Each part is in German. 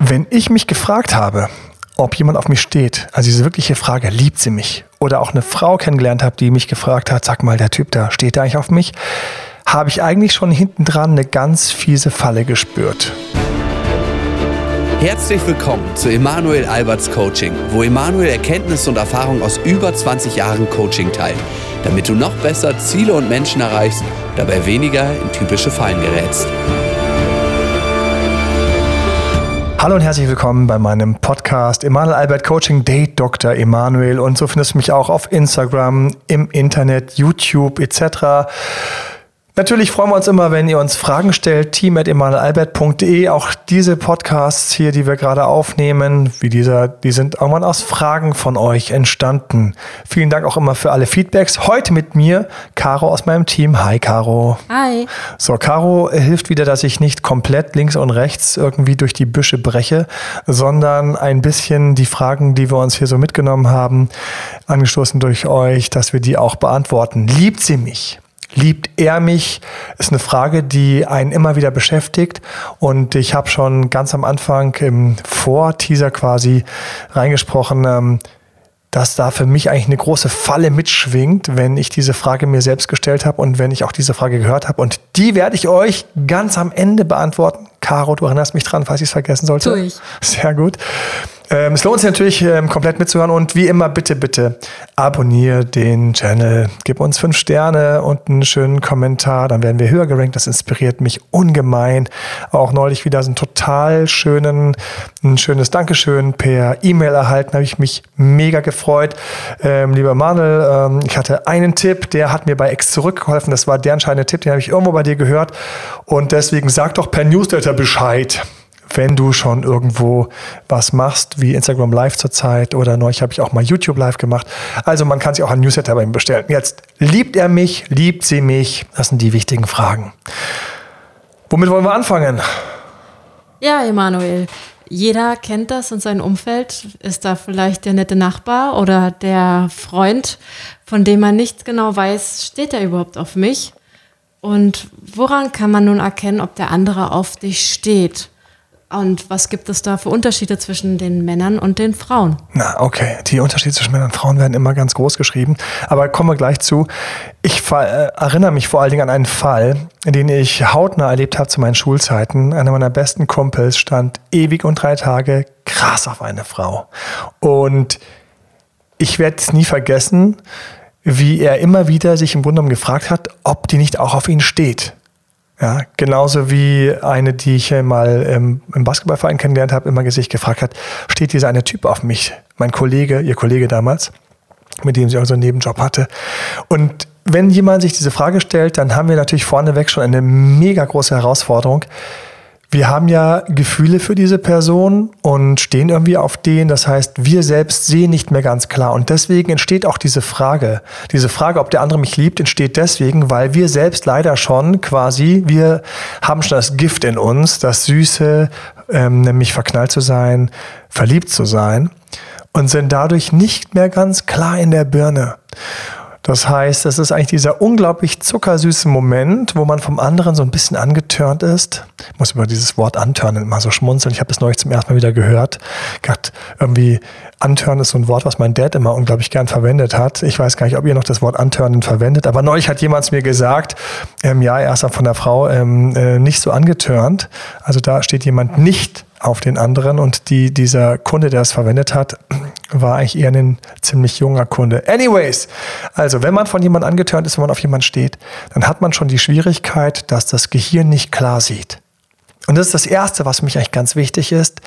Wenn ich mich gefragt habe, ob jemand auf mich steht, also diese wirkliche Frage, liebt sie mich? Oder auch eine Frau kennengelernt habe, die mich gefragt hat, sag mal, der Typ da, steht der eigentlich auf mich? Habe ich eigentlich schon hinten dran eine ganz fiese Falle gespürt. Herzlich willkommen zu Emanuel Alberts Coaching, wo Emanuel Erkenntnisse und Erfahrung aus über 20 Jahren Coaching teilt, damit du noch besser Ziele und Menschen erreichst, dabei weniger in typische Fallen gerätst. Hallo und herzlich willkommen bei meinem Podcast Emanuel Albert Coaching Date Dr. Emanuel, und so findest du mich auch auf Instagram, im Internet, YouTube etc. Natürlich freuen wir uns immer, wenn ihr uns Fragen stellt, team@emanuelalbert.de. Auch diese Podcasts hier, die wir gerade aufnehmen, wie dieser, die sind irgendwann aus Fragen von euch entstanden. Vielen Dank auch immer für alle Feedbacks. Heute mit mir Caro aus meinem Team. Hi Caro. Hi. So, Caro hilft wieder, dass ich nicht komplett links und rechts irgendwie durch die Büsche breche, sondern ein bisschen die Fragen, die wir uns hier so mitgenommen haben, angestoßen durch euch, dass wir die auch beantworten. Liebt sie mich? Liebt er mich? Ist eine Frage, die einen immer wieder beschäftigt, und ich habe schon ganz am Anfang im Vorteaser quasi reingesprochen, dass da für mich eigentlich eine große Falle mitschwingt, wenn ich diese Frage mir selbst gestellt habe und wenn ich auch diese Frage gehört habe, und die werde ich euch ganz am Ende beantworten. Caro, du erinnerst mich dran, falls ich es vergessen sollte. Tu ich. Sehr gut. Es lohnt sich natürlich, komplett mitzuhören, und wie immer, bitte abonniere den Channel, gib uns 5 Sterne und einen schönen Kommentar, dann werden wir höher gerankt. Das inspiriert mich ungemein. Auch neulich wieder so ein schönes Dankeschön per E-Mail erhalten, habe ich mich mega gefreut. Lieber Manuel, ich hatte einen Tipp, der hat mir bei X zurückgeholfen, das war der entscheidende Tipp, den habe ich irgendwo bei dir gehört, und deswegen sag doch per Newsletter Bescheid, wenn du schon irgendwo was machst, wie Instagram Live zurzeit, oder neulich habe ich auch mal YouTube Live gemacht. Also man kann sich auch ein Newsletter bei ihm bestellen. Jetzt, liebt er mich, liebt sie mich? Das sind die wichtigen Fragen. Womit wollen wir anfangen? Ja, Emanuel, jeder kennt das in seinem Umfeld. Ist da vielleicht der nette Nachbar oder der Freund, von dem man nicht genau weiß, steht er überhaupt auf mich? Und woran kann man nun erkennen, ob der andere auf dich steht? Und was gibt es da für Unterschiede zwischen den Männern und den Frauen? Na, okay. Die Unterschiede zwischen Männern und Frauen werden immer ganz groß geschrieben. Aber kommen wir gleich zu. Ich erinnere mich vor allen Dingen an einen Fall, den ich hautnah erlebt habe zu meinen Schulzeiten. Einer meiner besten Kumpels stand ewig und 3 Tage krass auf eine Frau. Und ich werde es nie vergessen, wie er immer wieder sich im Grunde genommen gefragt hat, ob die nicht auch auf ihn steht. Ja, genauso wie eine, die ich mal im Basketballverein kennengelernt habe, immer sich gefragt hat, steht dieser eine Typ auf mich? Mein Kollege, ihr Kollege damals, mit dem sie auch so einen Nebenjob hatte. Und wenn jemand sich diese Frage stellt, dann haben wir natürlich vorneweg schon eine mega große Herausforderung. Wir haben ja Gefühle für diese Person und stehen irgendwie auf denen. Das heißt, wir selbst sehen nicht mehr ganz klar. Und deswegen entsteht auch diese Frage. Diese Frage, ob der andere mich liebt, entsteht deswegen, weil wir selbst leider schon wir haben schon das Gift in uns, das Süße, nämlich verknallt zu sein, verliebt zu sein, und sind dadurch nicht mehr ganz klar in der Birne. Das heißt, es ist eigentlich dieser unglaublich zuckersüße Moment, wo man vom anderen so ein bisschen angetörnt ist. Ich muss über dieses Wort antörnen immer so schmunzeln. Ich habe es neulich zum ersten Mal wieder gehört. Gerade irgendwie antörnen ist so ein Wort, was mein Dad immer unglaublich gern verwendet hat. Ich weiß gar nicht, ob ihr noch das Wort antörnen verwendet, aber neulich hat jemand mir gesagt, ja, er ist dann von der Frau nicht so angetörnt. Also da steht jemand nicht auf den anderen, und dieser Kunde, der es verwendet hat, war eigentlich eher ein ziemlich junger Kunde. Anyways, also wenn man von jemandem angetörnt ist, wenn man auf jemanden steht, dann hat man schon die Schwierigkeit, dass das Gehirn nicht klar sieht. Und das ist das Erste, was für mich eigentlich ganz wichtig ist,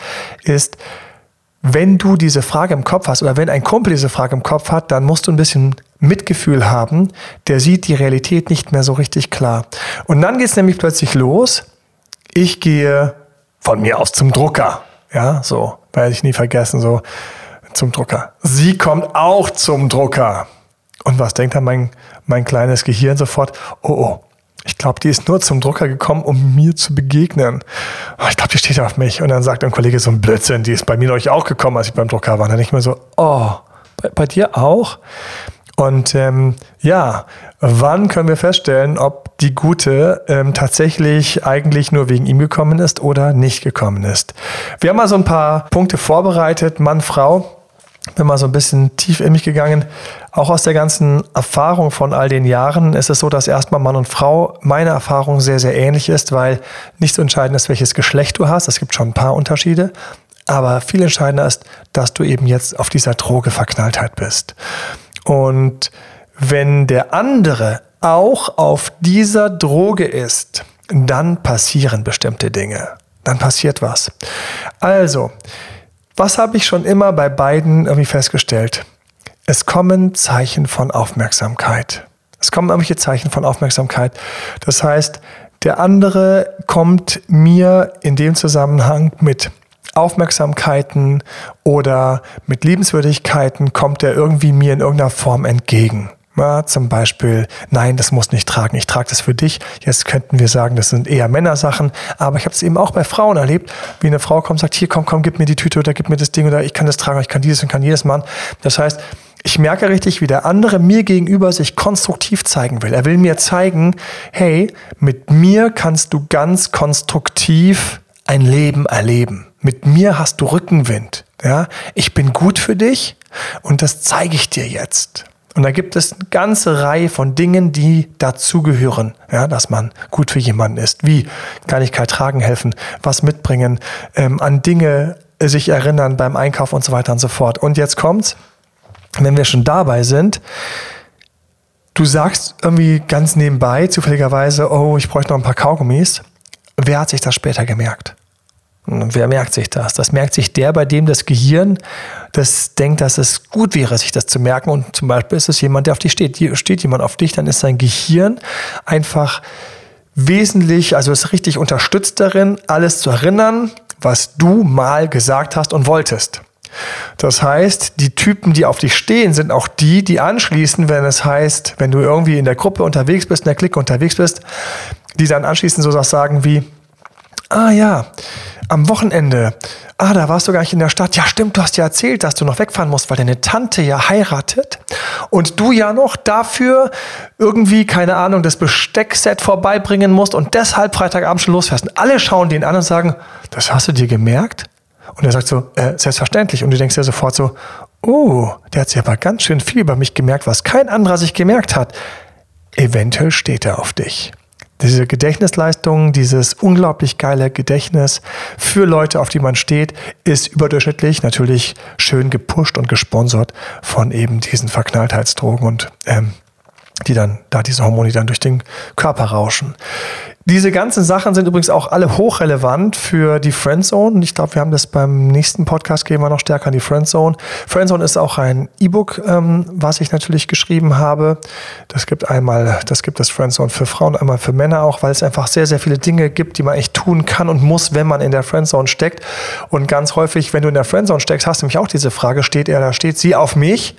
wenn du diese Frage im Kopf hast, oder wenn ein Kumpel diese Frage im Kopf hat, dann musst du ein bisschen Mitgefühl haben. Der sieht die Realität nicht mehr so richtig klar. Und dann geht es nämlich plötzlich los. Ich gehe von mir aus zum Drucker. Ja, so, werde ich nie vergessen, so zum Drucker. Sie kommt auch zum Drucker. Und was denkt dann mein kleines Gehirn sofort? Oh, ich glaube, die ist nur zum Drucker gekommen, um mir zu begegnen. Ich glaube, die steht auf mich. Und dann sagt ein Kollege so ein Blödsinn, die ist bei mir neulich auch gekommen, als ich beim Drucker war. Und dann denke ich mir so, bei dir auch? Und wann können wir feststellen, ob die Gute tatsächlich eigentlich nur wegen ihm gekommen ist oder nicht gekommen ist. Wir haben mal so ein paar Punkte vorbereitet, Mann, Frau. Bin mal so ein bisschen tief in mich gegangen. Auch aus der ganzen Erfahrung von all den Jahren ist es so, dass erstmal Mann und Frau meine Erfahrung sehr, sehr ähnlich ist, weil nicht so entscheidend ist, welches Geschlecht du hast. Es gibt schon ein paar Unterschiede. Aber viel entscheidender ist, dass du eben jetzt auf dieser Droge Verknalltheit bist. Und wenn der andere auch auf dieser Droge ist, dann passieren bestimmte Dinge. Dann passiert was. Also, was habe ich schon immer bei beiden irgendwie festgestellt? Es kommen Zeichen von Aufmerksamkeit. Es kommen irgendwelche Zeichen von Aufmerksamkeit. Das heißt, der andere kommt mir in dem Zusammenhang mit Aufmerksamkeiten oder mit Liebenswürdigkeiten, kommt er irgendwie mir in irgendeiner Form entgegen. Ja, zum Beispiel, nein, das musst du nicht tragen, ich trage das für dich. Jetzt könnten wir sagen, das sind eher Männersachen, aber ich habe es eben auch bei Frauen erlebt, wie eine Frau kommt und sagt, hier, komm, gib mir die Tüte oder gib mir das Ding oder ich kann das tragen, ich kann dieses und kann jedes machen. Das heißt, ich merke richtig, wie der andere mir gegenüber sich konstruktiv zeigen will. Er will mir zeigen, hey, mit mir kannst du ganz konstruktiv ein Leben erleben. Mit mir hast du Rückenwind. Ja? Ich bin gut für dich und das zeige ich dir jetzt. Und da gibt es eine ganze Reihe von Dingen, die dazugehören, ja, dass man gut für jemanden ist. Wie Kleinigkeit tragen helfen, was mitbringen, an Dinge sich erinnern beim Einkauf und so weiter und so fort. Und jetzt kommt's, wenn wir schon dabei sind, du sagst irgendwie ganz nebenbei zufälligerweise, oh, ich bräuchte noch ein paar Kaugummis. Wer hat sich das später gemerkt? Und wer merkt sich das? Das merkt sich der, bei dem das Gehirn das denkt, dass es gut wäre, sich das zu merken. Und zum Beispiel ist es jemand, der auf dich steht. Steht jemand auf dich, dann ist sein Gehirn einfach wesentlich, also ist richtig unterstützt darin, alles zu erinnern, was du mal gesagt hast und wolltest. Das heißt, die Typen, die auf dich stehen, sind auch die, die anschließen, wenn es heißt, wenn du irgendwie in der Gruppe unterwegs bist, in der Clique unterwegs bist, die dann anschließend so sagen wie, ah ja, am Wochenende, da warst du gar nicht in der Stadt. Ja stimmt, du hast ja erzählt, dass du noch wegfahren musst, weil deine Tante ja heiratet und du ja noch dafür irgendwie, keine Ahnung, das Besteckset vorbeibringen musst und deshalb Freitagabend schon losfährst. Und alle schauen den an und sagen, das hast du dir gemerkt? Und er sagt so, selbstverständlich. Und du denkst ja sofort so, der hat sich aber ganz schön viel über mich gemerkt, was kein anderer sich gemerkt hat. Eventuell steht er auf dich. Diese Gedächtnisleistung, dieses unglaublich geile Gedächtnis für Leute, auf die man steht, ist überdurchschnittlich, natürlich schön gepusht und gesponsert von eben diesen Verknalltheitsdrogen und diese Hormone, die dann durch den Körper rauschen. Diese ganzen Sachen sind übrigens auch alle hochrelevant für die Friendzone. Ich glaube, wir haben das beim nächsten Podcast, gehen wir noch stärker an die Friendzone. Friendzone ist auch ein E-Book, was ich natürlich geschrieben habe. Das gibt das Friendzone für Frauen, einmal für Männer auch, weil es einfach sehr, sehr viele Dinge gibt, die man echt tun kann und muss, wenn man in der Friendzone steckt. Und ganz häufig, wenn du in der Friendzone steckst, hast du nämlich auch diese Frage, steht sie auf mich?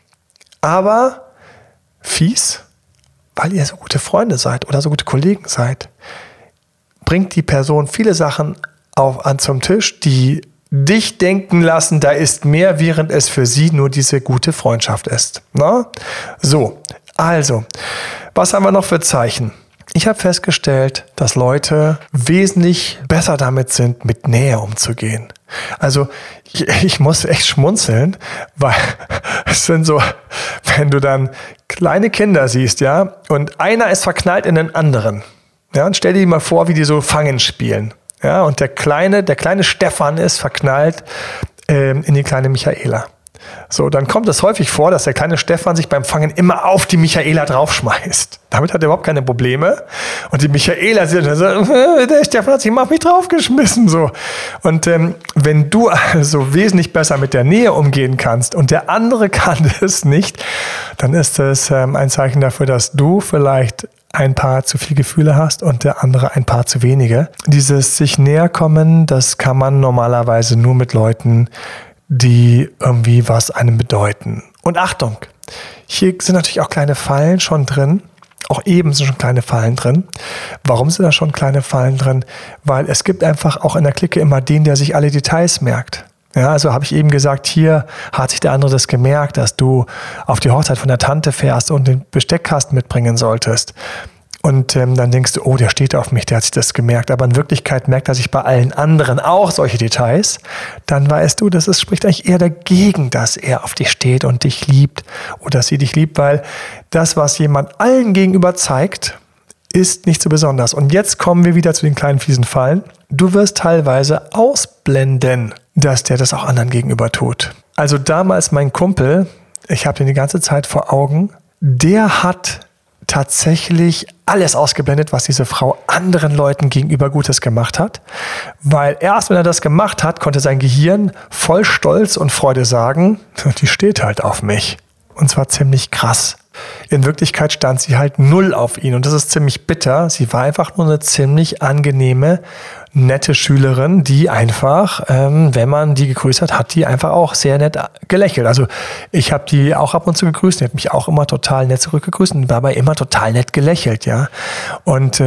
Aber fies, weil ihr so gute Freunde seid oder so gute Kollegen seid, bringt die Person viele Sachen zum Tisch, die dich denken lassen, da ist mehr, während es für sie nur diese gute Freundschaft ist. Na? So, also, was haben wir noch für Zeichen? Ich habe festgestellt, dass Leute wesentlich besser damit sind, mit Nähe umzugehen. Also ich muss echt schmunzeln, weil es sind so, wenn du dann kleine Kinder siehst, ja, und einer ist verknallt in den anderen. Ja, und stell dir mal vor, wie die so Fangen spielen. Ja, und der kleine Stefan ist verknallt in die kleine Michaela. So, dann kommt es häufig vor, dass der kleine Stefan sich beim Fangen immer auf die Michaela draufschmeißt. Damit hat er überhaupt keine Probleme. Und die Michaela sieht so, der Stefan hat sich immer auf mich draufgeschmissen. So. Und wenn du also wesentlich besser mit der Nähe umgehen kannst und der andere kann es nicht, dann ist das ein Zeichen dafür, dass du vielleicht ein paar zu viel Gefühle hast und der andere ein paar zu wenige. Dieses sich näher kommen, das kann man normalerweise nur mit Leuten, die irgendwie was einem bedeuten. Und Achtung, hier sind natürlich auch kleine Fallen schon drin. Auch eben sind schon kleine Fallen drin. Warum sind da schon kleine Fallen drin? Weil es gibt einfach auch in der Clique immer den, der sich alle Details merkt. Ja, also habe ich eben gesagt, hier hat sich der andere das gemerkt, dass du auf die Hochzeit von der Tante fährst und den Besteckkasten mitbringen solltest. Und dann denkst du, oh, der steht auf mich, der hat sich das gemerkt. Aber in Wirklichkeit merkt er sich bei allen anderen auch solche Details. Dann weißt du, spricht eigentlich eher dagegen, dass er auf dich steht und dich liebt oder dass sie dich liebt, weil das, was jemand allen gegenüber zeigt, ist nicht so besonders. Und jetzt kommen wir wieder zu den kleinen fiesen Fallen. Du wirst teilweise ausblenden, dass der das auch anderen gegenüber tut. Also damals mein Kumpel, ich habe den die ganze Zeit vor Augen, der hat tatsächlich alles ausgeblendet, was diese Frau anderen Leuten gegenüber Gutes gemacht hat. Weil erst wenn er das gemacht hat, konnte sein Gehirn voll Stolz und Freude sagen, die steht halt auf mich. Und zwar ziemlich krass. In Wirklichkeit stand sie halt 0 auf ihn und das ist ziemlich bitter. Sie war einfach nur eine ziemlich angenehme, nette Schülerin, die einfach, wenn man die gegrüßt hat, hat die einfach auch sehr nett gelächelt. Also ich habe die auch ab und zu gegrüßt, die hat mich auch immer total nett zurückgegrüßt und dabei immer total nett gelächelt, ja. Und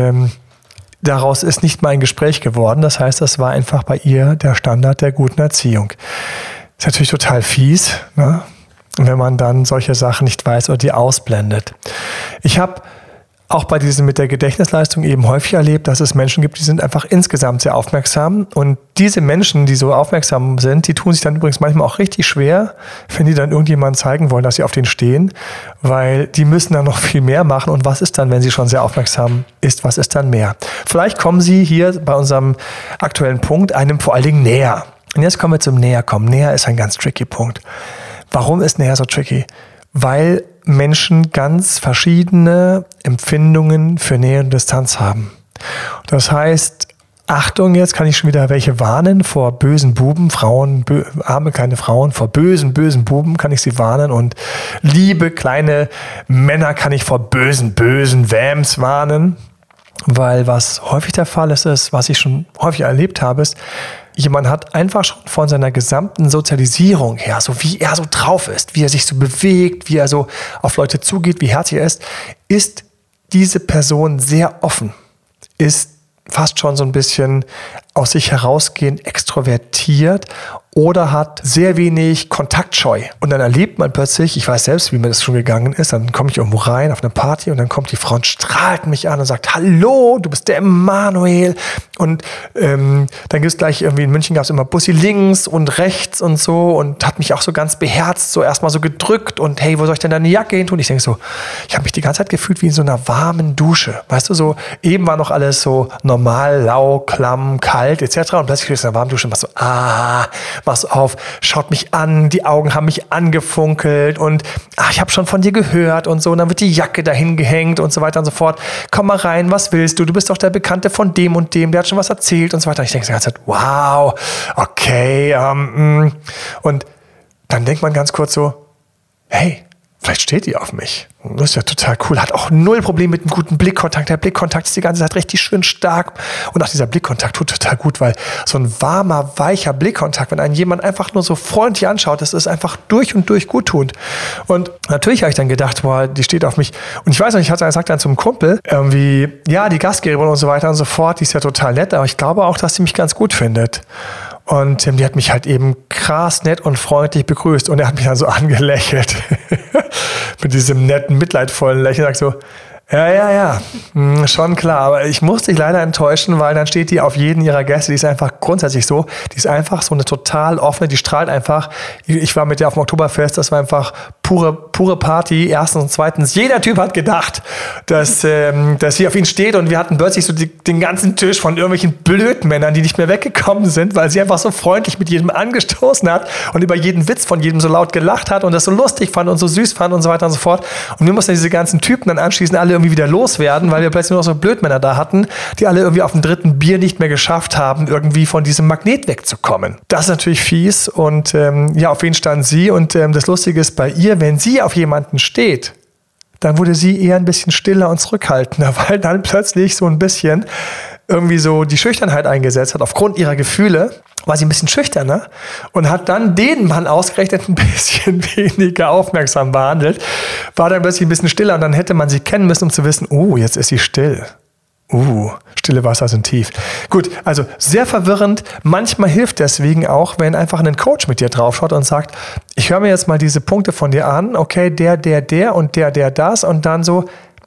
daraus ist nicht mal ein Gespräch geworden. Das heißt, das war einfach bei ihr der Standard der guten Erziehung. Ist natürlich total fies, ne? Wenn man dann solche Sachen nicht weiß oder die ausblendet. Ich habe auch bei diesem mit der Gedächtnisleistung eben häufig erlebt, dass es Menschen gibt, die sind einfach insgesamt sehr aufmerksam. Und diese Menschen, die so aufmerksam sind, die tun sich dann übrigens manchmal auch richtig schwer, wenn die dann irgendjemandem zeigen wollen, dass sie auf den stehen, weil die müssen dann noch viel mehr machen. Und was ist dann, wenn sie schon sehr aufmerksam ist, was ist dann mehr? Vielleicht kommen sie hier bei unserem aktuellen Punkt einem vor allen Dingen näher. Und jetzt kommen wir zum Näherkommen. Näher ist ein ganz tricky Punkt. Warum ist näher so tricky? Weil Menschen ganz verschiedene Empfindungen für Nähe und Distanz haben. Das heißt, Achtung, jetzt kann ich schon wieder welche warnen vor bösen Buben, Frauen, arme kleine Frauen, vor bösen Buben kann ich sie warnen und liebe kleine Männer kann ich vor bösen Vamps warnen. Weil was häufig der Fall ist, was ich schon häufig erlebt habe, ist, jemand hat einfach schon von seiner gesamten Sozialisierung her, so wie er so drauf ist, wie er sich so bewegt, wie er so auf Leute zugeht, wie herzlich er ist diese Person sehr offen, ist fast schon so ein bisschen aus sich herausgehend extrovertiert oder hat sehr wenig Kontaktscheu. Und dann erlebt man plötzlich, ich weiß selbst, wie mir das schon gegangen ist, dann komme ich irgendwo rein auf eine Party und dann kommt die Frau und strahlt mich an und sagt, hallo, du bist der Emanuel. Und dann gibt es gleich irgendwie, in München gab es immer Bussi links und rechts und so und hat mich auch so ganz beherzt, so erstmal so gedrückt und hey, wo soll ich denn deine Jacke hin tun? Ich denke so, ich habe mich die ganze Zeit gefühlt wie in so einer warmen Dusche. Weißt du, so eben war noch alles so normal, lau, klamm, kalt etc. Und plötzlich ist in einer warmen Dusche und machst so, machst auf, schaut mich an, die Augen haben mich angefunkelt und ich habe schon von dir gehört und so. Und dann wird die Jacke dahin gehängt und so weiter und so fort. Komm mal rein, was willst du? Du bist doch der Bekannte von dem und dem, der hat schon was erzählt und so weiter. Und ich denke die ganze Zeit, wow, okay. Und dann denkt man ganz kurz so, hey, vielleicht steht die auf mich. Das ist ja total cool. Hat auch 0 Problem mit einem guten Blickkontakt. Der Blickkontakt ist die ganze Zeit richtig schön stark. Und auch dieser Blickkontakt tut total gut, weil so ein warmer, weicher Blickkontakt, wenn einen jemand einfach nur so freundlich anschaut, das ist einfach durch und durch guttunend. Und natürlich habe ich dann gedacht, boah, die steht auf mich. Und ich weiß noch, ich hatte gesagt dann zum Kumpel, irgendwie, ja, die Gastgeberin und so weiter und so fort, die ist ja total nett, aber ich glaube auch, dass sie mich ganz gut findet. Und die hat mich halt eben krass nett und freundlich begrüßt. Und er hat mich dann so angelächelt. Mit diesem netten, mitleidvollen Lächeln. Sagt so, ja, schon klar. Aber ich musste dich leider enttäuschen, weil dann steht die auf jeden ihrer Gäste. Die ist einfach grundsätzlich so. Die ist einfach so eine total offene, die strahlt einfach. Ich war mit der auf dem Oktoberfest, das war einfach pure Party. Erstens und zweitens, jeder Typ hat gedacht, dass sie auf ihn steht. Und wir hatten plötzlich so den ganzen Tisch von irgendwelchen Blödmännern, die nicht mehr weggekommen sind, weil sie einfach so freundlich mit jedem angestoßen hat und über jeden Witz von jedem so laut gelacht hat und das so lustig fand und so süß fand und so weiter und so fort. Und wir mussten diese ganzen Typen dann anschließend alle irgendwie wieder loswerden, weil wir plötzlich nur noch so Blödmänner da hatten, die alle irgendwie auf dem 3. Bier nicht mehr geschafft haben, irgendwie von diesem Magnet wegzukommen. Das ist natürlich fies und auf wen stand sie? Und das Lustige ist bei ihr, wenn sie auf jemanden steht, dann wurde sie eher ein bisschen stiller und zurückhaltender, weil dann plötzlich so ein bisschen irgendwie so die Schüchternheit eingesetzt hat, aufgrund ihrer Gefühle, war sie ein bisschen schüchterner und hat dann den Mann ausgerechnet ein bisschen weniger aufmerksam behandelt, war dann plötzlich ein bisschen stiller und dann hätte man sie kennen müssen, um zu wissen, oh, jetzt ist sie still. Stille Wasser sind tief. Gut, also sehr verwirrend. Manchmal hilft deswegen auch, wenn einfach ein Coach mit dir draufschaut und sagt, ich höre mir jetzt mal diese Punkte von dir an, okay, der und der das und dann so,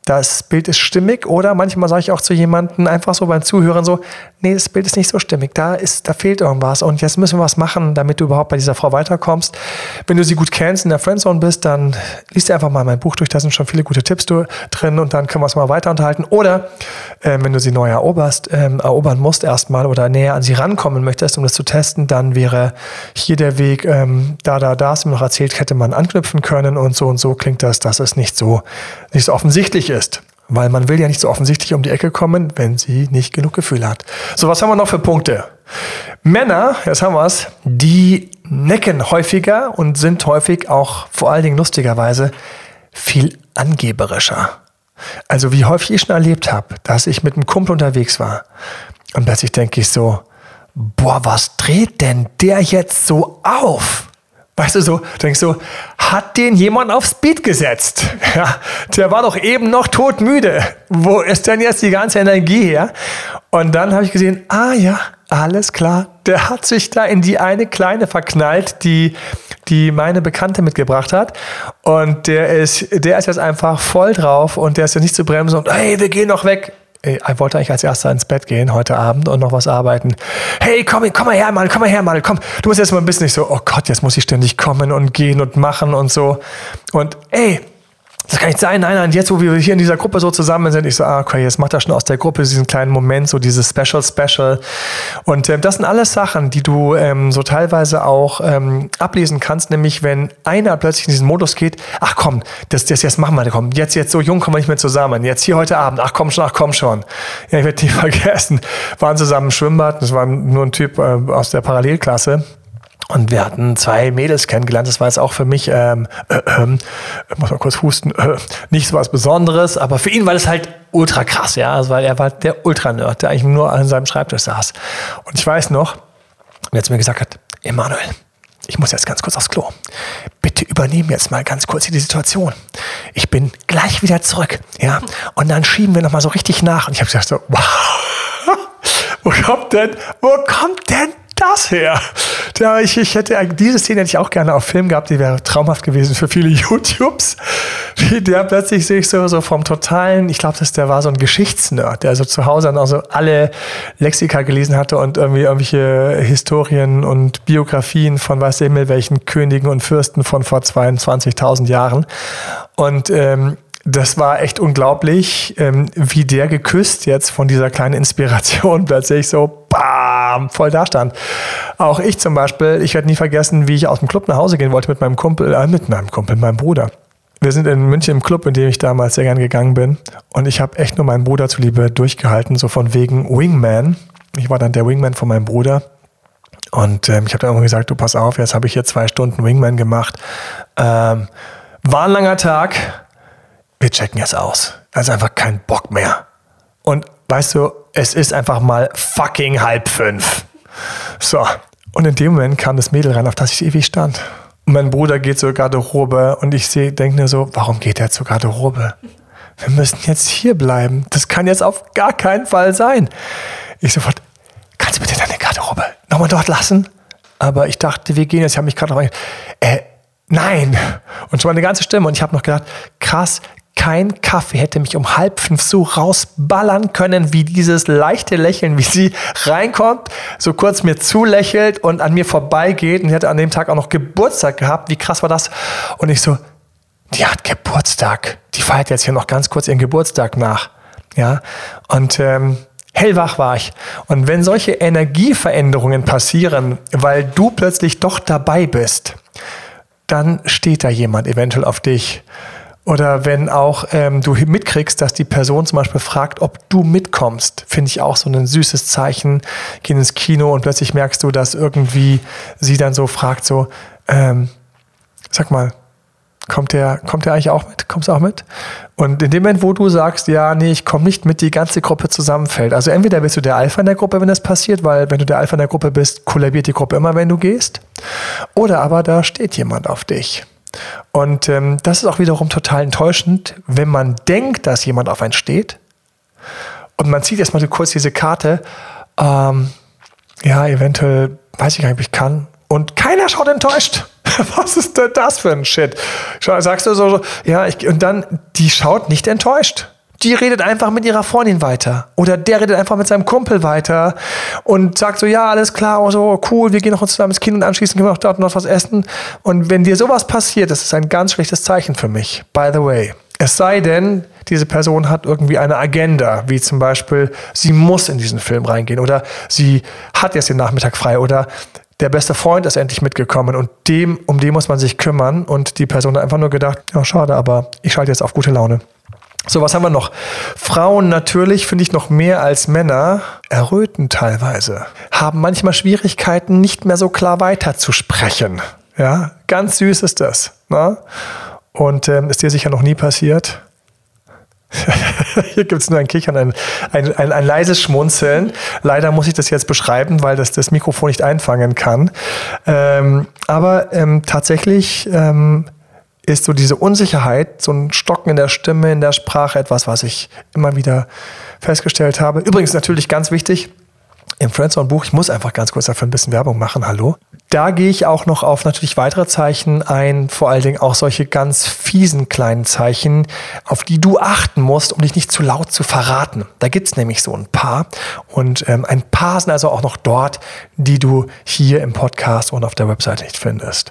das Bild ist stimmig, oder manchmal sage ich auch zu jemandem einfach so beim Zuhören so, nee, das Bild ist nicht so stimmig, da fehlt irgendwas und jetzt müssen wir was machen, damit du überhaupt bei dieser Frau weiterkommst. Wenn du sie gut kennst, in der Friendzone bist, dann liest dir einfach mal mein Buch durch, da sind schon viele gute Tipps drin und dann können wir uns mal weiter unterhalten. Oder wenn du sie neu erobern musst erstmal oder näher an sie rankommen möchtest, um das zu testen, dann wäre hier der Weg, da hast du mir noch erzählt, hätte man anknüpfen können und so klingt das, dass es nicht so offensichtlich ist. Weil man will ja nicht so offensichtlich um die Ecke kommen, wenn sie nicht genug Gefühl hat. So, was haben wir noch für Punkte? Männer, jetzt haben wir es, die necken häufiger und sind häufig auch, vor allen Dingen lustigerweise, viel angeberischer. Also wie häufig ich schon erlebt habe, dass ich mit einem Kumpel unterwegs war und plötzlich denke ich so, boah, was dreht denn der jetzt so auf? Weißt du, so denkst du, hat den jemand auf Speed gesetzt? Ja, der war doch eben noch todmüde. Wo ist denn jetzt die ganze Energie her? Und dann habe ich gesehen, ja, alles klar. Der hat sich da in die eine Kleine verknallt, die meine Bekannte mitgebracht hat. Und der ist jetzt einfach voll drauf und der ist ja nicht zu bremsen und hey, wir gehen noch weg. Ich wollte eigentlich als Erster ins Bett gehen heute Abend und noch was arbeiten. Hey, komm mal her, Mann, komm. Du musst jetzt mal ein bisschen nicht so, oh Gott, jetzt muss ich ständig kommen und gehen und machen und so. Und das kann nicht sein, nein, jetzt, wo wir hier in dieser Gruppe so zusammen sind, ich so, okay, jetzt macht er schon aus der Gruppe diesen kleinen Moment, so dieses Special. Und das sind alles Sachen, die du so teilweise auch ablesen kannst, nämlich wenn einer plötzlich in diesen Modus geht, ach komm, das jetzt machen wir, komm, jetzt so jung kommen wir nicht mehr zusammen, jetzt hier heute Abend, ach komm schon. Ja, ich werde nie vergessen, waren zusammen im Schwimmbad, das war nur ein Typ aus der Parallelklasse. Und wir hatten 2 Mädels kennengelernt. Das war jetzt auch für mich, muss mal kurz husten, nicht so was Besonderes. Aber für ihn war das halt ultra krass, ja. Also, weil er war der Ultra-Nerd, der eigentlich nur an seinem Schreibtisch saß. Und ich weiß noch, wer zu mir gesagt hat, Emanuel, ich muss jetzt ganz kurz aufs Klo. Bitte übernehmen jetzt mal ganz kurz hier die Situation. Ich bin gleich wieder zurück, ja. Und dann schieben wir nochmal so richtig nach. Und ich habe gesagt so, wow, wo kommt denn das her? Ja, diese Szene hätte ich auch gerne auf Film gehabt, die wäre traumhaft gewesen für viele YouTubes. Wie der plötzlich sich so vom totalen, ich glaube, der war so ein Geschichtsnerd, der so zu Hause dann auch so alle Lexika gelesen hatte und irgendwie irgendwelche Historien und Biografien von weiß der Himmel welchen Königen und Fürsten von vor 22.000 Jahren. Und das war echt unglaublich, wie der geküsst jetzt von dieser kleinen Inspiration plötzlich so bam, voll da stand. Auch ich zum Beispiel, ich werde nie vergessen, wie ich aus dem Club nach Hause gehen wollte mit meinem Bruder. Wir sind in München im Club, in dem ich damals sehr gern gegangen bin. Und ich habe echt nur meinen Bruder zuliebe durchgehalten, so von wegen Wingman. Ich war dann der Wingman von meinem Bruder. Und ich habe dann irgendwann gesagt, du pass auf, jetzt habe ich hier 2 Stunden Wingman gemacht. War ein langer Tag. Wir checken jetzt aus. Also einfach kein Bock mehr. Und weißt du, es ist einfach mal fucking 4:30. So. Und in dem Moment kam das Mädel rein, auf das ich ewig stand. Und mein Bruder geht zur Garderobe und ich denke mir so, warum geht er zur Garderobe? Wir müssen jetzt hier bleiben. Das kann jetzt auf gar keinen Fall sein. Ich sofort, kannst du bitte deine Garderobe nochmal dort lassen? Aber ich dachte, wir gehen jetzt. Ich habe mich gerade noch nein. Und schon mal eine ganze Stimme. Und ich habe noch gedacht, krass, kein Kaffee hätte mich um 4:30 so rausballern können, wie dieses leichte Lächeln, wie sie reinkommt, so kurz mir zulächelt und an mir vorbeigeht. Und sie hatte an dem Tag auch noch Geburtstag gehabt. Wie krass war das? Und ich so, die hat Geburtstag. Die feiert jetzt hier noch ganz kurz ihren Geburtstag nach. Ja, und hellwach war ich. Und wenn solche Energieveränderungen passieren, weil du plötzlich doch dabei bist, dann steht da jemand eventuell auf dich. Oder wenn auch du mitkriegst, dass die Person zum Beispiel fragt, ob du mitkommst, finde ich auch so ein süßes Zeichen. Gehen ins Kino und plötzlich merkst du, dass irgendwie sie dann so fragt, so, sag mal, kommt der eigentlich auch mit? Kommst du auch mit? Und in dem Moment, wo du sagst, ja, nee, ich komme nicht mit, die ganze Gruppe zusammenfällt. Also entweder bist du der Alpha in der Gruppe, wenn das passiert, weil wenn du der Alpha in der Gruppe bist, kollabiert die Gruppe immer, wenn du gehst. Oder aber da steht jemand auf dich. Und das ist auch wiederum total enttäuschend, wenn man denkt, dass jemand auf einen steht und man zieht erstmal so kurz diese Karte, ja, eventuell, weiß ich gar nicht, ob ich kann, und keiner schaut enttäuscht. Was ist denn das für ein Shit? Sagst du so, ja, und dann, die schaut nicht enttäuscht. Die redet einfach mit ihrer Freundin weiter. Oder der redet einfach mit seinem Kumpel weiter und sagt so, ja, alles klar, oh, so cool, wir gehen noch zusammen ins Kino und anschließend können wir noch dort noch was essen. Und wenn dir sowas passiert, das ist ein ganz schlechtes Zeichen für mich, by the way. Es sei denn, diese Person hat irgendwie eine Agenda, wie zum Beispiel, sie muss in diesen Film reingehen oder sie hat jetzt den Nachmittag frei oder der beste Freund ist endlich mitgekommen und um den muss man sich kümmern und die Person hat einfach nur gedacht, ja, schade, aber ich schalte jetzt auf gute Laune. So, was haben wir noch? Frauen natürlich, finde ich noch mehr als Männer, erröten teilweise, haben manchmal Schwierigkeiten, nicht mehr so klar weiterzusprechen. Ja, ganz süß ist das. Ne? Und ist dir sicher noch nie passiert? Hier gibt es nur ein Kichern, ein leises Schmunzeln. Leider muss ich das jetzt beschreiben, weil das Mikrofon nicht einfangen kann. Aber tatsächlich ist so diese Unsicherheit, so ein Stocken in der Stimme, in der Sprache, etwas, was ich immer wieder festgestellt habe. Übrigens natürlich ganz wichtig, im Friendzone-Buch, ich muss einfach ganz kurz dafür ein bisschen Werbung machen, hallo. Da gehe ich auch noch auf natürlich weitere Zeichen ein, vor allen Dingen auch solche ganz fiesen kleinen Zeichen, auf die du achten musst, um dich nicht zu laut zu verraten. Da gibt es nämlich so ein paar und ein paar sind also auch noch dort, die du hier im Podcast und auf der Webseite nicht findest.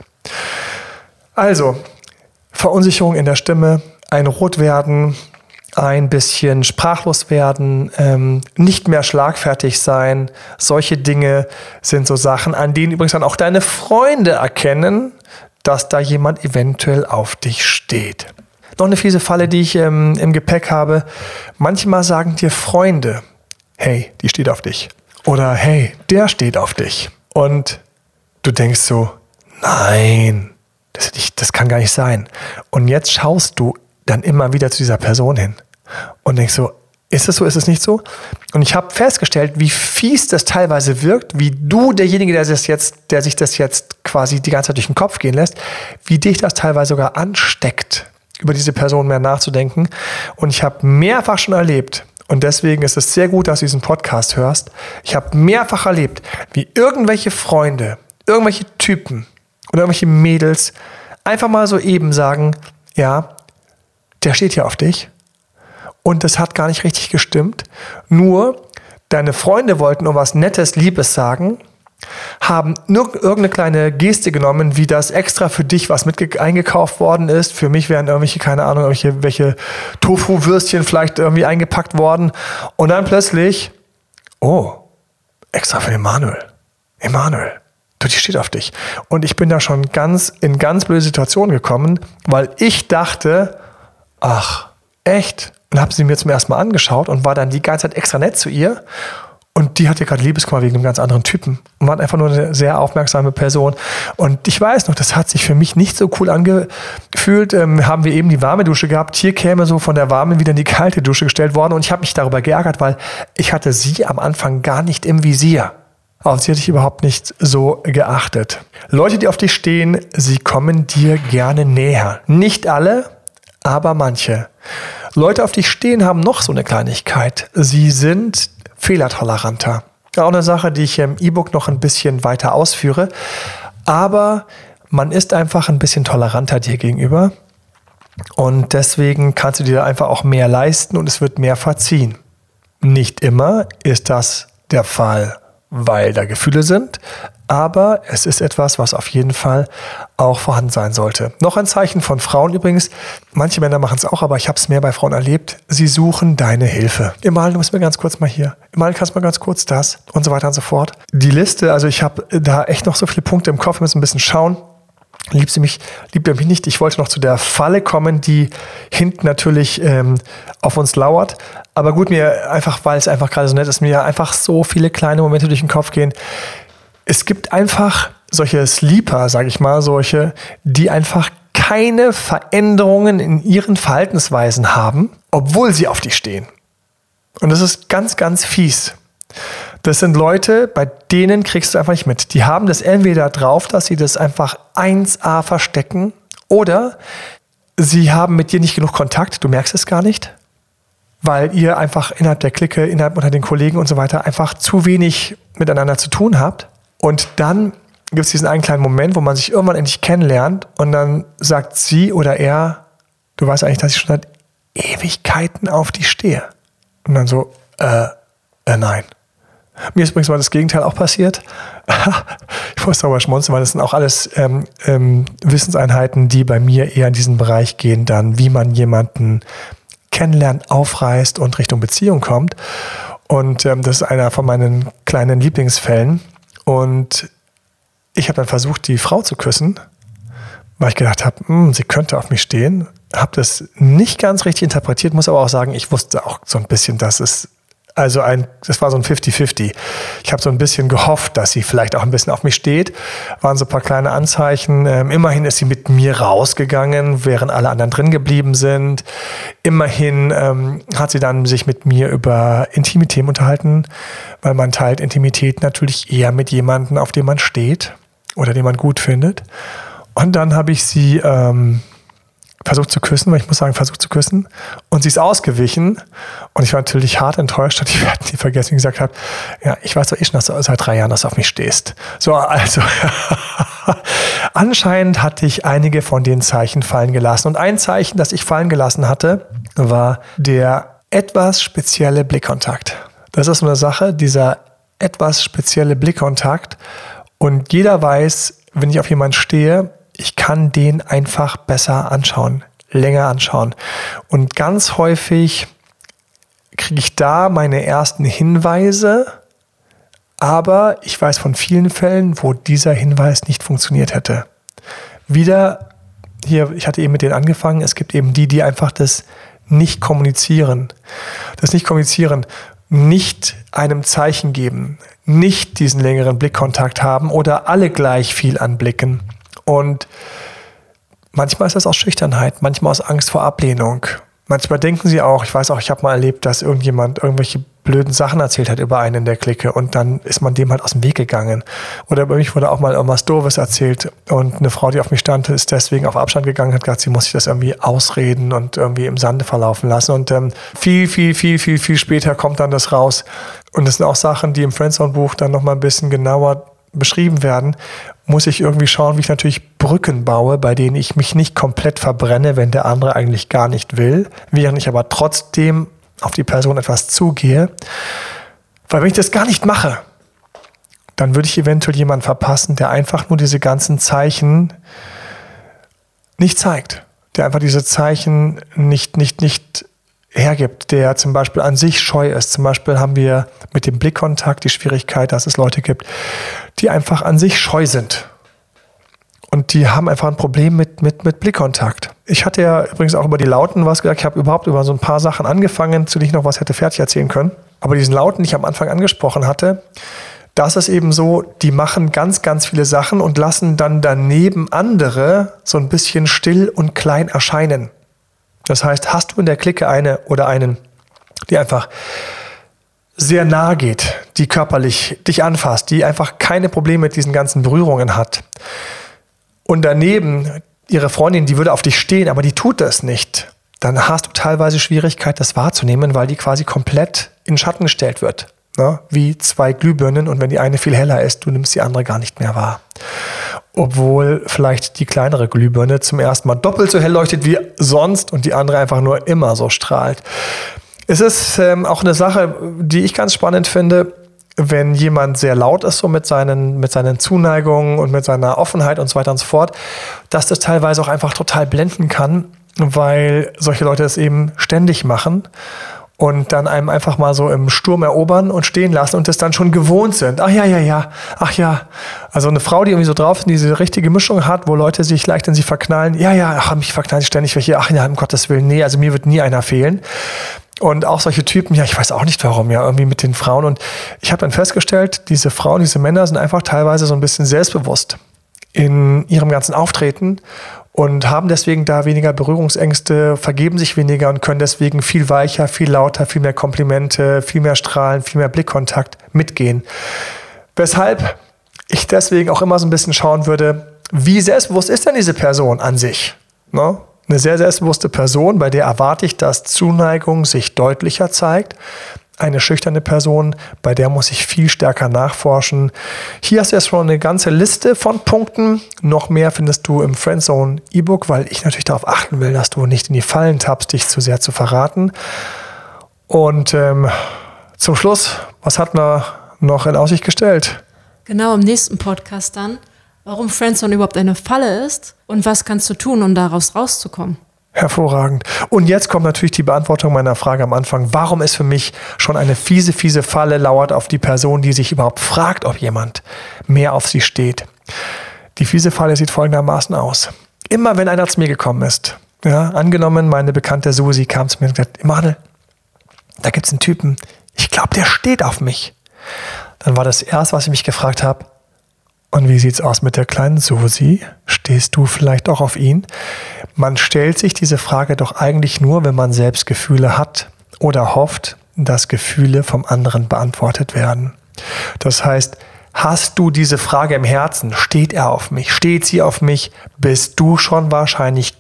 Also, Verunsicherung in der Stimme, ein Rotwerden, ein bisschen sprachlos werden, nicht mehr schlagfertig sein. Solche Dinge sind so Sachen, an denen übrigens dann auch deine Freunde erkennen, dass da jemand eventuell auf dich steht. Noch eine fiese Falle, die ich im Gepäck habe. Manchmal sagen dir Freunde, hey, die steht auf dich. Oder hey, der steht auf dich. Und du denkst so, nein, das kann gar nicht sein. Und jetzt schaust du dann immer wieder zu dieser Person hin und denkst so, ist es so, ist es nicht so? Und ich habe festgestellt, wie fies das teilweise wirkt, wie du, derjenige, der sich das jetzt quasi die ganze Zeit durch den Kopf gehen lässt, wie dich das teilweise sogar ansteckt, über diese Person mehr nachzudenken. Und ich habe mehrfach schon erlebt, und deswegen ist es sehr gut, dass du diesen Podcast hörst, ich habe mehrfach erlebt, wie irgendwelche Freunde, irgendwelche Typen oder irgendwelche Mädels einfach mal so eben sagen, ja, der steht hier auf dich und das hat gar nicht richtig gestimmt. Nur deine Freunde wollten was Nettes, Liebes sagen, haben nur irgendeine kleine Geste genommen, wie das extra für dich was eingekauft worden ist. Für mich wären irgendwelche, keine Ahnung, welche Tofu-Würstchen vielleicht irgendwie eingepackt worden. Und dann plötzlich, oh, extra für Emanuel. Die steht auf dich. Und ich bin da schon in ganz blöde Situationen gekommen, weil ich dachte, ach, echt? Und habe sie mir zum ersten Mal angeschaut und war dann die ganze Zeit extra nett zu ihr. Und die hatte gerade Liebeskummer wegen einem ganz anderen Typen. Und war einfach nur eine sehr aufmerksame Person. Und ich weiß noch, das hat sich für mich nicht so cool angefühlt. Haben wir eben die warme Dusche gehabt. Hier käme so von der warmen wieder in die kalte Dusche gestellt worden. Und ich habe mich darüber geärgert, weil ich hatte sie am Anfang gar nicht im Visier. Auf sie hatte ich überhaupt nicht so geachtet. Leute, die auf dich stehen, sie kommen dir gerne näher. Nicht alle, aber manche. Leute, auf dich stehen, haben noch so eine Kleinigkeit. Sie sind fehlertoleranter. Auch eine Sache, die ich im E-Book noch ein bisschen weiter ausführe. Aber man ist einfach ein bisschen toleranter dir gegenüber. Und deswegen kannst du dir einfach auch mehr leisten und es wird mehr verziehen. Nicht immer ist das der Fall, weil da Gefühle sind, aber es ist etwas, was auf jeden Fall auch vorhanden sein sollte. Noch ein Zeichen von Frauen übrigens, manche Männer machen es auch, aber ich habe es mehr bei Frauen erlebt, sie suchen deine Hilfe. Emanuel, du musst mir ganz kurz mal hier, Emanuel, kannst du mal ganz kurz das und so weiter und so fort. Die Liste, also ich habe da echt noch so viele Punkte im Kopf, wir müssen ein bisschen schauen. Liebt er mich nicht? Ich wollte noch zu der Falle kommen, die hinten natürlich auf uns lauert. Aber gut, mir einfach, weil es einfach gerade so nett ist, mir einfach so viele kleine Momente durch den Kopf gehen. Es gibt einfach solche Sleeper, sage ich mal, solche, die einfach keine Veränderungen in ihren Verhaltensweisen haben, obwohl sie auf dich stehen. Und das ist ganz, ganz fies. Das sind Leute, bei denen kriegst du einfach nicht mit. Die haben das entweder drauf, dass sie das einfach 1A verstecken oder sie haben mit dir nicht genug Kontakt, du merkst es gar nicht, weil ihr einfach innerhalb der Clique, unter den Kollegen und so weiter einfach zu wenig miteinander zu tun habt. Und dann gibt es diesen einen kleinen Moment, wo man sich irgendwann endlich kennenlernt und dann sagt sie oder er, du weißt eigentlich, dass ich schon seit Ewigkeiten auf die stehe. Und dann so, nein. Mir ist übrigens mal das Gegenteil auch passiert. Ich muss darüber schmunzeln, weil das sind auch alles Wissenseinheiten, die bei mir eher in diesen Bereich gehen, dann wie man jemanden kennenlernt, aufreißt und Richtung Beziehung kommt. Und das ist einer von meinen kleinen Lieblingsfällen. Und ich habe dann versucht, die Frau zu küssen, weil ich gedacht habe, sie könnte auf mich stehen. Habe das nicht ganz richtig interpretiert, muss aber auch sagen, ich wusste auch so ein bisschen, dass es das war so ein 50-50. Ich habe so ein bisschen gehofft, dass sie vielleicht auch ein bisschen auf mich steht. Waren so ein paar kleine Anzeichen. Immerhin ist sie mit mir rausgegangen, während alle anderen drin geblieben sind. Immerhin hat sie dann sich mit mir über Intimität unterhalten, weil man teilt Intimität natürlich eher mit jemandem, auf dem man steht oder den man gut findet. Und dann habe ich sie versucht zu küssen, weil ich muss sagen, versucht zu küssen. Und sie ist ausgewichen. Und ich war natürlich hart enttäuscht, und ich werde nie vergessen, wie gesagt habe, ja, ich weiß doch schon, dass du seit 3 Jahren, dass du auf mich stehst. So, also anscheinend hatte ich einige von den Zeichen fallen gelassen. Und ein Zeichen, das ich fallen gelassen hatte, war der etwas spezielle Blickkontakt. Das ist so eine Sache, dieser etwas spezielle Blickkontakt. Und jeder weiß, wenn ich auf jemanden stehe, ich kann den einfach besser anschauen, länger anschauen. Und ganz häufig kriege ich da meine ersten Hinweise, aber ich weiß von vielen Fällen, wo dieser Hinweis nicht funktioniert hätte. Wieder, hier, ich hatte eben mit denen angefangen, es gibt eben die einfach das nicht kommunizieren. Das nicht kommunizieren, nicht einem Zeichen geben, nicht diesen längeren Blickkontakt haben oder alle gleich viel anblicken. Und manchmal ist das aus Schüchternheit, manchmal aus Angst vor Ablehnung. Manchmal denken sie auch, ich weiß auch, ich habe mal erlebt, dass irgendjemand irgendwelche blöden Sachen erzählt hat über einen in der Clique und dann ist man dem halt aus dem Weg gegangen. Oder über mich wurde auch mal irgendwas Doofes erzählt und eine Frau, die auf mich stand, ist deswegen auf Abstand gegangen, hat gesagt, sie muss sich das irgendwie ausreden und irgendwie im Sande verlaufen lassen. Und viel später kommt dann das raus. Und das sind auch Sachen, die im Friendzone-Buch dann nochmal ein bisschen genauer beschrieben werden, muss ich irgendwie schauen, wie ich natürlich Brücken baue, bei denen ich mich nicht komplett verbrenne, wenn der andere eigentlich gar nicht will, während ich aber trotzdem auf die Person etwas zugehe. Weil wenn ich das gar nicht mache, dann würde ich eventuell jemanden verpassen, der einfach nur diese ganzen Zeichen nicht zeigt, der einfach diese Zeichen nicht hergibt, der zum Beispiel an sich scheu ist. Zum Beispiel haben wir mit dem Blickkontakt die Schwierigkeit, dass es Leute gibt, die einfach an sich scheu sind. Und die haben einfach ein Problem mit Blickkontakt. Ich hatte ja übrigens auch über die Lauten was gesagt. Ich habe überhaupt über so ein paar Sachen angefangen, zu denen ich noch was hätte fertig erzählen können. Aber diesen Lauten, die ich am Anfang angesprochen hatte, das ist eben so, die machen ganz, ganz viele Sachen und lassen dann daneben andere so ein bisschen still und klein erscheinen. Das heißt, hast du in der Clique eine oder einen, die einfach sehr nahe geht, die körperlich dich anfasst, die einfach keine Probleme mit diesen ganzen Berührungen hat. Und daneben ihre Freundin, die würde auf dich stehen, aber die tut das nicht. Dann hast du teilweise Schwierigkeit, das wahrzunehmen, weil die quasi komplett in den Schatten gestellt wird. Ne? Wie 2 Glühbirnen und wenn die eine viel heller ist, du nimmst die andere gar nicht mehr wahr. Obwohl vielleicht die kleinere Glühbirne zum ersten Mal doppelt so hell leuchtet wie sonst und die andere einfach nur immer so strahlt. Es ist auch eine Sache, die ich ganz spannend finde, wenn jemand sehr laut ist, so mit seinen Zuneigungen und mit seiner Offenheit und so weiter und so fort, dass das teilweise auch einfach total blenden kann, weil solche Leute es eben ständig machen und dann einem einfach mal so im Sturm erobern und stehen lassen und das dann schon gewohnt sind. Ach ja. Also eine Frau, die irgendwie so drauf ist, diese richtige Mischung hat, wo Leute sich leicht in sie verknallen. Mich verknallen sich ständig welche. Ach ja, um Gottes Willen, nee, also mir wird nie einer fehlen. Und auch solche Typen, ja, ich weiß auch nicht warum, ja, irgendwie mit den Frauen. Und ich habe dann festgestellt, diese Frauen, diese Männer sind einfach teilweise so ein bisschen selbstbewusst in ihrem ganzen Auftreten und haben deswegen da weniger Berührungsängste, vergeben sich weniger und können deswegen viel weicher, viel lauter, viel mehr Komplimente, viel mehr Strahlen, viel mehr Blickkontakt mitgehen. Weshalb ich deswegen auch immer so ein bisschen schauen würde, wie selbstbewusst ist denn diese Person an sich? Ne? Eine sehr selbstbewusste Person, bei der erwarte ich, dass Zuneigung sich deutlicher zeigt. eine schüchterne Person, bei der muss ich viel stärker nachforschen. Hier hast du erst schon eine ganze Liste von Punkten. Noch mehr findest du im Friendzone E-Book, weil ich natürlich darauf achten will, dass du nicht in die Fallen tappst, dich zu sehr zu verraten. Und zum Schluss, was hat man noch in Aussicht gestellt? Genau, im nächsten Podcast dann, warum Friendzone überhaupt eine Falle ist und was kannst du tun, um daraus rauszukommen. Hervorragend. Und jetzt kommt natürlich die Beantwortung meiner Frage am Anfang. Warum ist für mich schon eine fiese Falle lauert auf die Person, die sich überhaupt fragt, ob jemand mehr auf sie steht? Die fiese Falle sieht folgendermaßen aus. Immer wenn einer zu mir gekommen ist, ja, angenommen meine bekannte Susi kam zu mir und gesagt, Emanuel, da gibt's einen Typen, ich glaube, der steht auf mich. Dann war das erste, was ich mich gefragt habe, und wie sieht's aus mit der kleinen Susi? Stehst du vielleicht auch auf ihn? Man stellt sich diese Frage doch eigentlich nur, wenn man selbst Gefühle hat oder hofft, dass Gefühle vom anderen beantwortet werden. Das heißt, hast du diese Frage im Herzen? Steht er auf mich? Steht sie auf mich? Bist du schon wahrscheinlich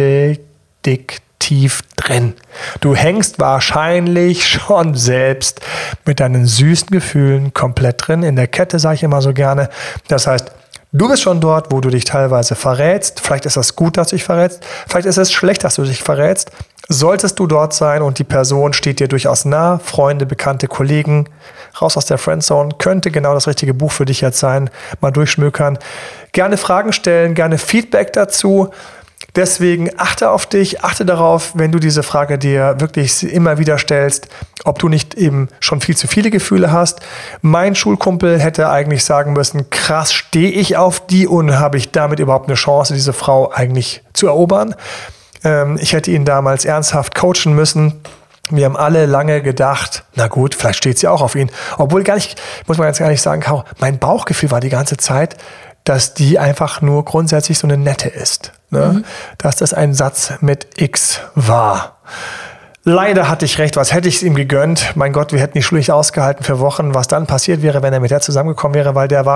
knüppeldick tief drin. Du hängst wahrscheinlich schon selbst mit deinen süßen Gefühlen komplett drin. In der Kette sage ich immer so gerne. Das heißt, du bist schon dort, wo du dich teilweise verrätst. Vielleicht ist das gut, dass du dich verrätst. Vielleicht ist es schlecht, dass du dich verrätst. Solltest du dort sein und die Person steht dir durchaus nah, Freunde, Bekannte, Kollegen, raus aus der Friendzone, könnte genau das richtige Buch für dich jetzt sein. Mal durchschmökern. Gerne Fragen stellen, gerne Feedback dazu. Deswegen achte auf dich, achte darauf, wenn du diese Frage dir wirklich immer wieder stellst, ob du nicht eben schon viel zu viele Gefühle hast. Mein Schulkumpel hätte eigentlich sagen müssen, krass, stehe ich auf die und habe ich damit überhaupt eine Chance, diese Frau eigentlich zu erobern? Ich hätte ihn damals ernsthaft coachen müssen. Wir haben alle lange gedacht, na gut, vielleicht steht sie auch auf ihn. Obwohl gar nicht, muss man ganz ehrlich sagen, mein Bauchgefühl war die ganze Zeit, dass die einfach nur grundsätzlich so eine nette ist. Ne? Dass das ein Satz mit X war. Leider hatte ich recht, was hätte ich es ihm gegönnt? Mein Gott, wir hätten die Schule nicht ausgehalten für Wochen. Was dann passiert wäre, wenn er mit der zusammengekommen wäre, weil der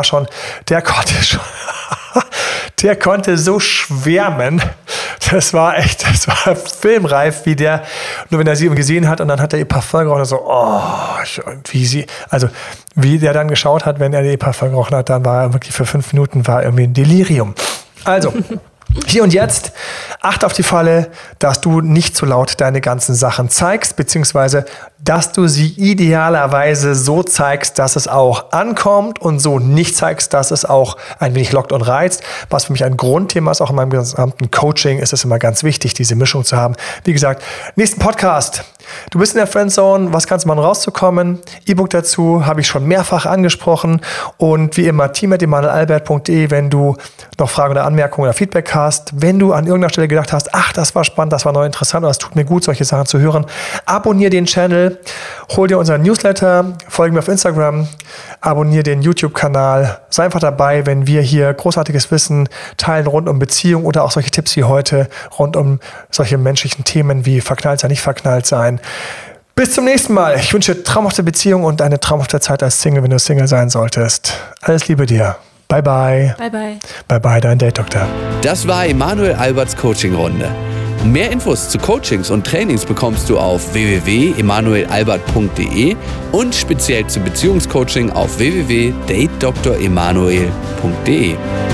konnte so schwärmen. Das war filmreif, wie der, nur wenn er sie gesehen hat und dann hat er ihr Parfum gerochen und so, wie der dann geschaut hat, wenn er ihr Parfum gerochen hat, dann war er wirklich für 5 Minuten irgendwie ein Delirium. Also, hier und jetzt, achte auf die Falle, dass du nicht zu laut deine ganzen Sachen zeigst, beziehungsweise, dass du sie idealerweise so zeigst, dass es auch ankommt und so nicht zeigst, dass es auch ein wenig lockt und reizt. Was für mich ein Grundthema ist, auch in meinem gesamten Coaching, ist es immer ganz wichtig, diese Mischung zu haben. Wie gesagt, nächsten Podcast. Du bist in der Friendzone, was kannst du machen, rauszukommen? E-Book dazu habe ich schon mehrfach angesprochen und wie immer team@emanuelalbert.de, wenn du noch Fragen oder Anmerkungen oder Feedback hast. Wenn du an irgendeiner Stelle gedacht hast, ach, das war spannend, das war neu interessant oder es tut mir gut, solche Sachen zu hören, abonniere den Channel, hol dir unseren Newsletter, folge mir auf Instagram, abonniere den YouTube-Kanal, sei einfach dabei, wenn wir hier großartiges Wissen teilen rund um Beziehung oder auch solche Tipps wie heute rund um solche menschlichen Themen wie verknallt sein, nicht verknallt sein. Bis zum nächsten Mal. Ich wünsche traumhafte Beziehung und eine traumhafte Zeit als Single, wenn du Single sein solltest. Alles Liebe dir. Bye, bye. Bye, bye. Bye, bye, dein Date-Doktor. Das war Emanuel Alberts Coaching-Runde. Mehr Infos zu Coachings und Trainings bekommst du auf www.emanuelalbert.de und speziell zu Beziehungscoaching auf www.datedoktoremanuel.de.